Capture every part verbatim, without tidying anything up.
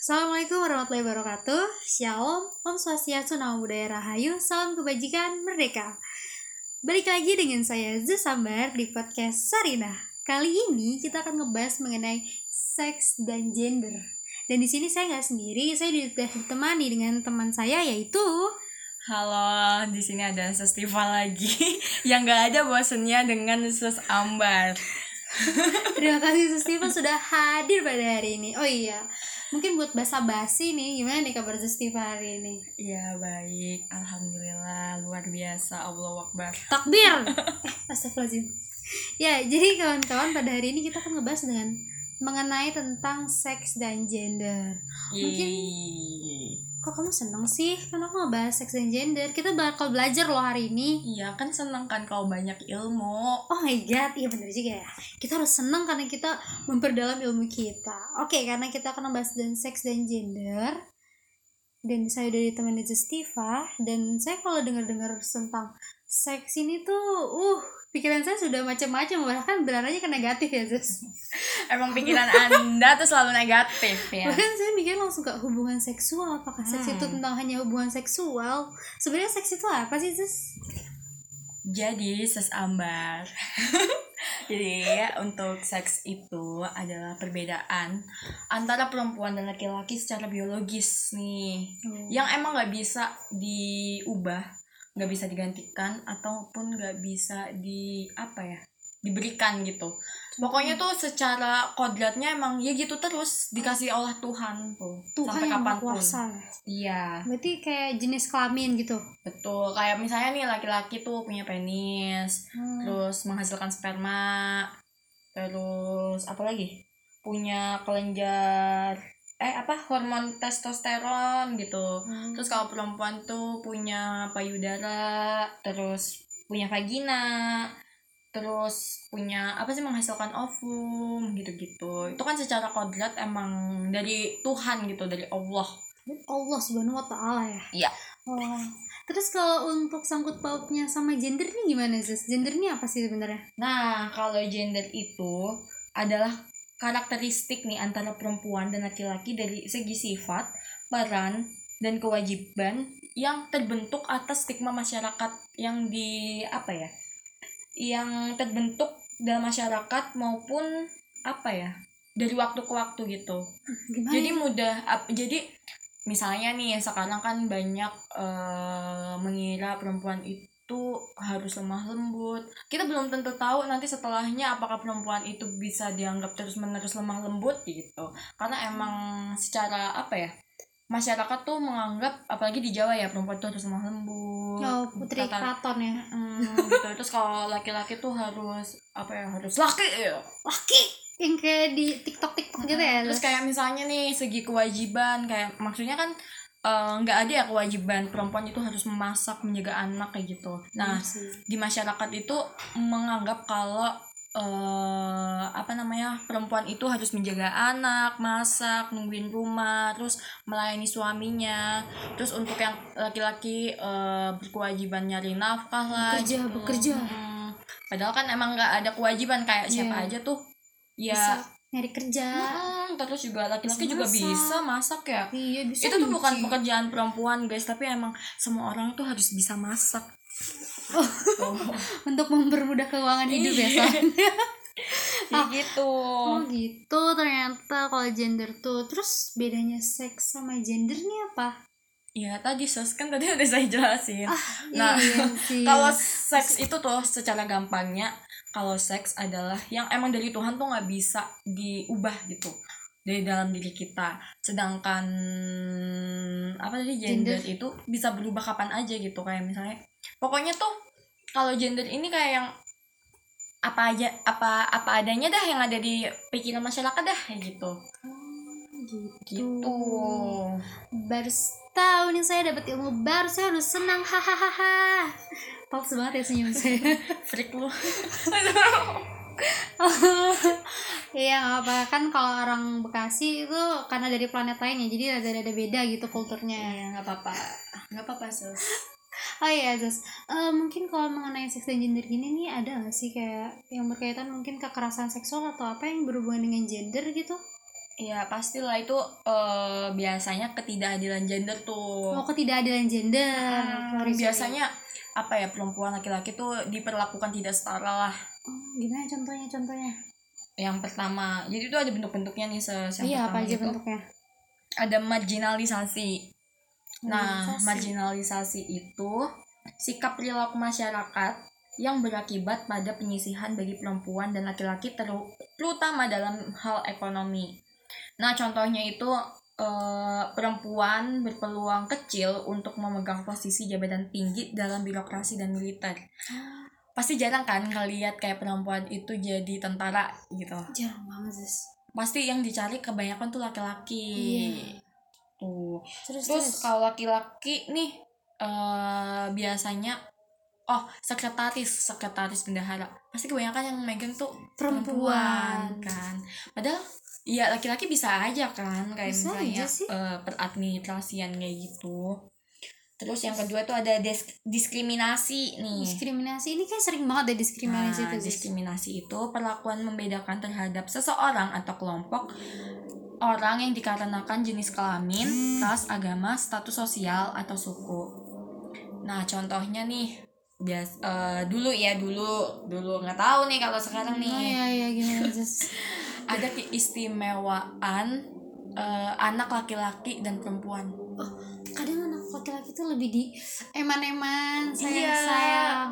Assalamualaikum warahmatullahi wabarakatuh. Shalom, Om Swastiastu, Namo Buddhaya Rahayu, salam kebajikan, merdeka. Balik lagi dengan saya Zuz Sambar di podcast Sarina. Kali ini kita akan ngebahas mengenai seks dan gender. Dan di sini saya nggak sendiri, saya ditemani dengan teman saya yaitu. Halo, di sini ada Sestiva lagi yang nggak ada bosennya dengan Sus Ambar. Terima kasih Sestiva sudah hadir pada hari ini. Oh iya. Mungkin buat basa-basi nih, gimana nih kabar Justiva hari ini? Ya baik, alhamdulillah, luar biasa, Allahu Akbar. Takbir. eh, Astagfirullahaladzim. Ya, jadi kawan-kawan pada hari ini kita akan ngebahas dengan mengenai tentang seks dan gender. Mungkin kok kamu seneng sih? Kan aku ngebahas seks dan gender. Kita bakal belajar loh hari ini. Iya, kan seneng kan kalau banyak ilmu. Oh my god, iya bener juga ya. Kita harus seneng karena kita memperdalam ilmu kita. Oke, karena kita akan ngebahas dan seks dan gender. Dan saya udah ditemani Justiva. Dan saya kalau dengar-dengar tentang seks ini tuh, uh, pikiran saya sudah macam-macam, bahkan berananya ke negatif ya, Jus. Emang pikiran Anda tuh selalu negatif ya. Bahkan saya mikir langsung ke hubungan seksual. Apakah hmm. seks itu tentang hanya hubungan seksual? Sebenarnya seks itu apa sih, Jus? Jadi, Sus Ambar. Jadi, untuk seks itu adalah perbedaan antara perempuan dan laki-laki secara biologis nih. Hmm. Yang emang gak bisa diubah, gak bisa digantikan, ataupun gak bisa di, apa ya, diberikan gitu. Pokoknya tuh secara kodratnya emang ya gitu terus dikasih oleh Tuhan tuh. Tuhan sampai yang kapanpun. berkuasa. Iya. Berarti kayak jenis kelamin gitu. Betul. Kayak misalnya nih laki-laki tuh punya penis, hmm. terus menghasilkan sperma, terus apa lagi? Punya kelenjar eh apa hormon testosteron gitu. Hmm. Terus kalau perempuan tuh punya payudara, terus punya vagina, terus punya apa sih menghasilkan ovum gitu-gitu. Itu kan secara kodrat emang dari Tuhan gitu, dari Allah. Allah Subhanahu wa taala ya. Iya. Oh. Terus kalau untuk sangkut pautnya sama gender nih gimana, Zus? Gender ini apa sih sebenarnya? Nah, kalau gender itu adalah karakteristik nih antara perempuan dan laki-laki dari segi sifat, peran, dan kewajiban yang terbentuk atas stigma masyarakat yang di apa ya? yang terbentuk dalam masyarakat maupun apa ya dari waktu ke waktu gitu. Gimana? Jadi mudah jadi misalnya nih sekarang kan banyak uh, mengira perempuan itu harus lemah lembut. Kita belum tentu tahu nanti setelahnya apakah perempuan itu bisa dianggap terus menerus lemah lembut gitu, karena emang secara apa ya masyarakat tuh menganggap, apalagi di Jawa ya, perempuan tuh harus lemah lembut. Oh, putri keraton ya. Mm, gitu. Terus kalau laki-laki tuh harus apa ya? Harus laki ya. Laki yang kayak di TikTok-TikTok gitu ya. Terus kayak misalnya nih segi kewajiban, kayak maksudnya kan nggak uh, ada ya kewajiban perempuan itu harus memasak, menjaga anak kayak gitu. Nah, hmm, di masyarakat itu menganggap kalau Uh, apa namanya perempuan itu harus menjaga anak, masak, nungguin rumah, terus melayani suaminya. Terus untuk yang laki-laki uh, berkewajiban nyari nafkah lah, bekerja, gitu. bekerja. Hmm. Padahal kan emang nggak ada kewajiban, kayak yeah. siapa aja tuh ya bisa nyari kerja. Hmm, terus juga laki-laki bisa juga masak. bisa masak ya. Iya, bisa itu tuh bukan pekerjaan perempuan guys, tapi emang semua orang tuh harus bisa masak. Oh. Oh. Untuk mempermudah keuangan hidup ya soalnya. Ya gitu. Oh gitu ternyata kalau gender tuh. Terus bedanya seks sama gender nih apa? Ya tadi sos kan tadi udah saya jelasin. Ah, nah iya kalau seks itu tuh secara gampangnya, kalau seks adalah yang emang dari Tuhan tuh nggak bisa diubah gitu dari dalam diri kita. Sedangkan apa tadi gender, gender itu bisa berubah kapan aja gitu. Kayak misalnya pokoknya tuh kalau gender ini kayak yang apa aja apa apa adanya dah, yang ada di pikiran masyarakat dah kayak gitu. Oh, gitu. Gitu. Baru tahu nih saya dapat ilmu baru, saya harus senang, hahaha. Palsu banget ya senyum saya. Freak lu. Iya nggak apa kan, kalau orang Bekasi itu karena dari planet lain ya, jadi ada-ada beda gitu kulturnya. Iya nggak apa-apa, nggak apa-apa sus. Oh iya Zus, uh, mungkin kalau mengenai seks dan gender gini nih, ada nggak sih kayak yang berkaitan mungkin kekerasan seksual atau apa yang berhubungan dengan gender gitu? Ya pastilah itu eh, biasanya ketidakadilan gender tuh. Oh, ketidakadilan gender. Hmm, Sorry, sorry. biasanya apa ya, perempuan laki-laki tuh diperlakukan tidak setara lah. Oh, gimana contohnya contohnya? Yang pertama, jadi itu ada bentuk-bentuknya nih. se- Yang Iya, apa pertama aja itu bentuknya? ada marginalisasi. Nah, Marginalisasi. marginalisasi itu sikap perilaku masyarakat yang berakibat pada penyisihan bagi perempuan dan laki-laki teru- terutama dalam hal ekonomi. Nah, contohnya itu eh, perempuan berpeluang kecil untuk memegang posisi jabatan tinggi dalam birokrasi dan militer. Pasti jarang kan ngeliat kayak perempuan itu jadi tentara gitu. Jarang banget, Sis. Pasti yang dicari kebanyakan tuh laki-laki. Iya. Tuh. Terus, Terus terus. kalau laki-laki nih eh biasanya oh sekretaris sekretaris bendahara pasti kebanyakan yang megang tuh Perempuan. kan. Padahal ya laki-laki bisa aja kan kayak Bisa misalnya aja sih. eh, peradministrasian kayak gitu. Terus yang kedua tuh ada des- diskriminasi nih. Diskriminasi ini kan sering banget ada diskriminasi Nah, itu, Sis. diskriminasi itu perlakuan membedakan terhadap seseorang atau kelompok orang yang dikarenakan jenis kelamin, ras, agama, status sosial atau suku. Nah, contohnya nih, bias eh, dulu ya dulu dulu nggak tahu nih kalau sekarang Oh nih iya iya gimana, Sis? ada keistimewaan eh, anak laki-laki dan perempuan. Oh, kadang anak laki-laki tuh lebih di eman-eman, Iya. sayang-sayang.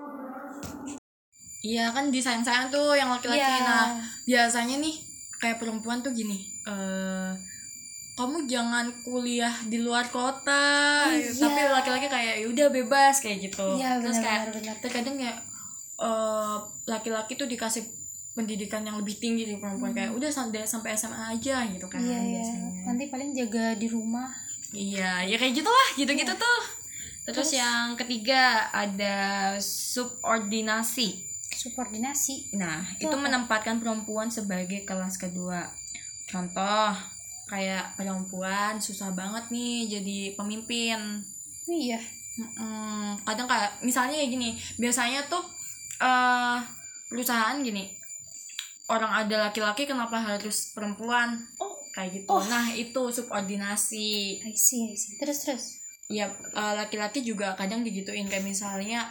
Iya kan disayang-sayang tuh yang laki-laki. Iya. Nah, biasanya nih kayak perempuan tuh gini, eh kamu jangan kuliah di luar kota. Oh, gitu. iya. Tapi laki-laki kayak ya udah bebas kayak gitu. Iya, Terus benar, kayak benar, benar. terkadang ya eh, laki-laki tuh dikasih pendidikan yang lebih tinggi dari perempuan. Kayak udah sampai sampai S M A aja gitu kan Iya iya. biasanya. Nanti paling jaga di rumah. Iya, ya kayak gitulah, gitu-gitu Iya. tuh. Terus, Terus? yang ketiga ada subordinasi. Subordinasi. Nah, Itu itu apa? menempatkan perempuan sebagai kelas kedua. Contoh, kayak perempuan susah banget nih jadi pemimpin. Iya. Mm-mm. Kadang kayak misalnya kayak gini, biasanya tuh eh perusahaan gini, orang ada laki-laki kenapa harus perempuan? Oh, Kayak gitu. Oh. Nah, itu subordinasi. I see, I see. Terus terus. Ya eh, laki-laki juga kadang digituin kayak misalnya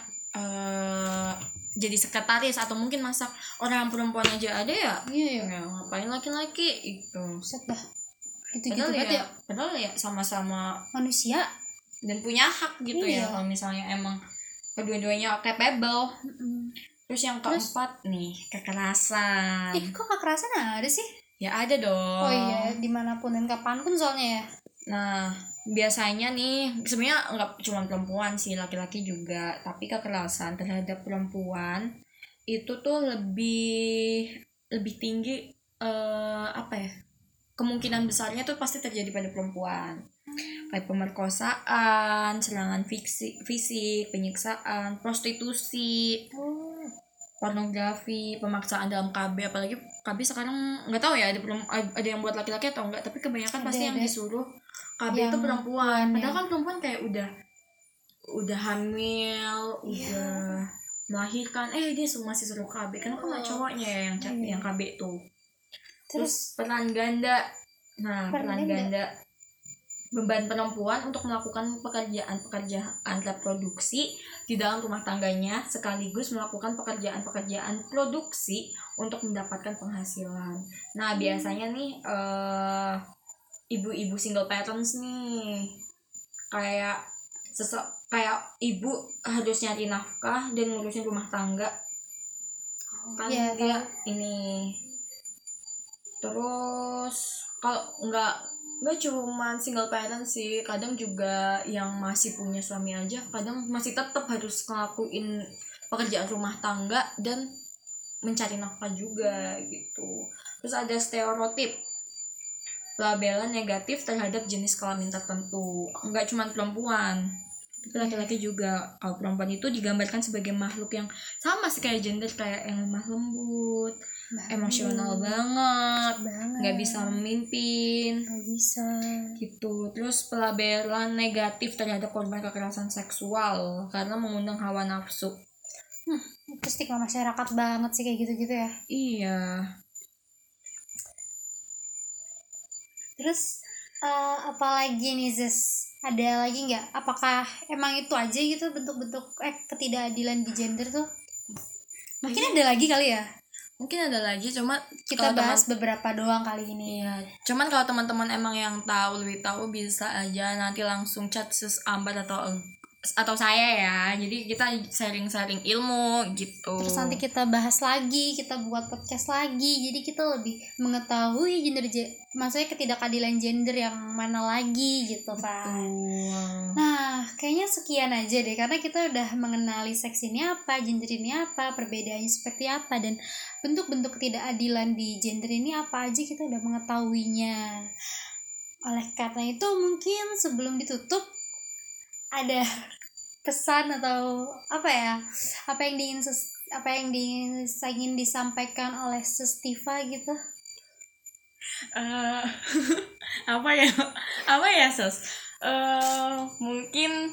eh jadi sekretaris atau mungkin masak. Orang perempuan aja ada ya, Iya ya ya. ngapain laki-laki itu. Set dah. Gitu-gitu Padahal banget ya, ya. padahal ya sama-sama Manusia. dan punya hak gitu ya Iya. kalau misalnya emang kedua-duanya capable. Mm-mm. Terus yang Terus? keempat nih, kekerasan. Ih, kok kekerasan ada sih? Ya ada dong. Oh iya, dimanapun dan kapanpun soalnya ya. Nah, biasanya nih sebenarnya nggak cuma perempuan sih, laki-laki juga, tapi kekerasan terhadap perempuan itu tuh lebih lebih tinggi eh, apa ya? Kemungkinan besarnya tuh pasti terjadi pada perempuan. Kayak pemerkosaan, serangan fisik, fisik, penyiksaan, prostitusi, Oh. pornografi, pemaksaan dalam K B, apalagi K B sekarang nggak tahu ya ada perem- ada yang buat laki-laki atau enggak, tapi kebanyakan Ada, pasti yang ada. disuruh K B Yang itu perempuan. perempuan, Padahal ya. kan perempuan kayak udah udah hamil, Iya. udah melahirkan, eh dia masih suruh K B. Kenapa nggak cowoknya ya yang ca- Iya. yang K B tuh? Terus Terus peran ganda. Nah, Peran peran ganda. ganda beban perempuan untuk melakukan pekerjaan-pekerjaan reproduksi di dalam rumah tangganya sekaligus melakukan pekerjaan-pekerjaan produksi untuk mendapatkan penghasilan. Nah, biasanya nih eh, ibu-ibu single parents nih kayak sesek kayak ibu harus nyari nafkah dan ngurusin rumah tangga. Kan Iya, dia tahu. ini terus kalau nggak nggak cuma single parent sih, kadang juga yang masih punya suami aja kadang masih tetap harus ngelakuin pekerjaan rumah tangga dan mencari nafkah juga gitu. Terus ada stereotip, labelan negatif terhadap jenis kelamin tertentu, nggak cuma perempuan tapi laki-laki juga. Kalau perempuan itu digambarkan sebagai makhluk yang sama sih kayak gender, kayak yang lemah lembut, Banget. emosional banget, Banget. nggak bisa memimpin Nggak bisa. gitu. Terus pelabelan negatif terhadap korban kekerasan seksual karena mengundang hawa nafsu. Hmm, itu stigma masyarakat banget sih kayak gitu-gitu ya. Iya. Terus uh, apalagi nih Zes? Ada lagi nggak? Apakah emang itu aja gitu bentuk-bentuk eh ketidakadilan di gender tuh? Mungkin ada lagi kali ya. Mungkin ada lagi, cuma Kita kalau bahas teman- beberapa doang kali ini. Iya, cuman kalau teman-teman emang yang tahu lebih tahu bisa aja nanti langsung chat Sus Ambar atau atau saya ya. Jadi kita sharing-sharing ilmu gitu. Terus nanti kita bahas lagi, kita buat podcast lagi. Jadi kita lebih mengetahui gender, maksudnya ketidakadilan gender yang mana lagi gitu, Pak. Betul. Nah, kayaknya sekian aja deh, karena kita udah mengenali seks ini apa, gender ini apa, perbedaannya seperti apa, dan bentuk-bentuk ketidakadilan di gender ini apa aja kita udah mengetahuinya. Oleh karena itu mungkin sebelum ditutup ada pesan atau apa ya, apa yang diingin apa yang diingin, ingin disampaikan oleh Sestiva gitu. Uh, apa ya apa ya Sus? Uh, mungkin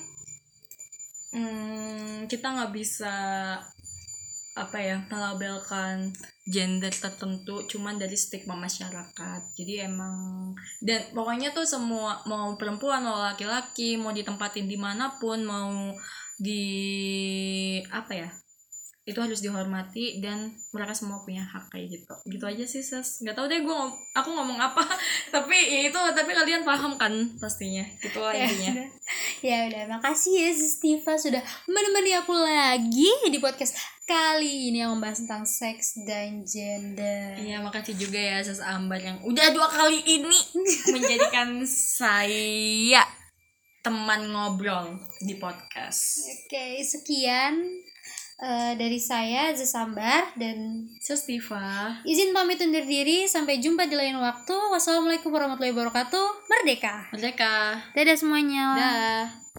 hmm, kita nggak bisa apa ya melabelkan gender tertentu cuman dari stigma masyarakat. Jadi emang dan pokoknya tuh semua, mau perempuan mau laki-laki, mau ditempatin dimanapun, mau di apa ya, itu harus dihormati dan mereka semua punya hak kayak gitu. Gitu aja sih Sus. Nggak tahu deh gue ngom- aku ngomong apa tapi ya itu, tapi kalian paham kan pastinya. Gitu lah intinya. Ya udah, makasih ya Sestiva sudah menemani aku lagi di podcast kali ini yang membahas tentang seks dan gender. Iya, makasih juga ya Sus Ambar yang udah dua kali ini menjadikan saya teman ngobrol di podcast. Oke, sekian uh, dari saya Zesambar dan Sestiva. Izin pamit undur diri, sampai jumpa di lain waktu. Wassalamualaikum warahmatullahi wabarakatuh. Merdeka. Merdeka. Dadah semuanya. Dah.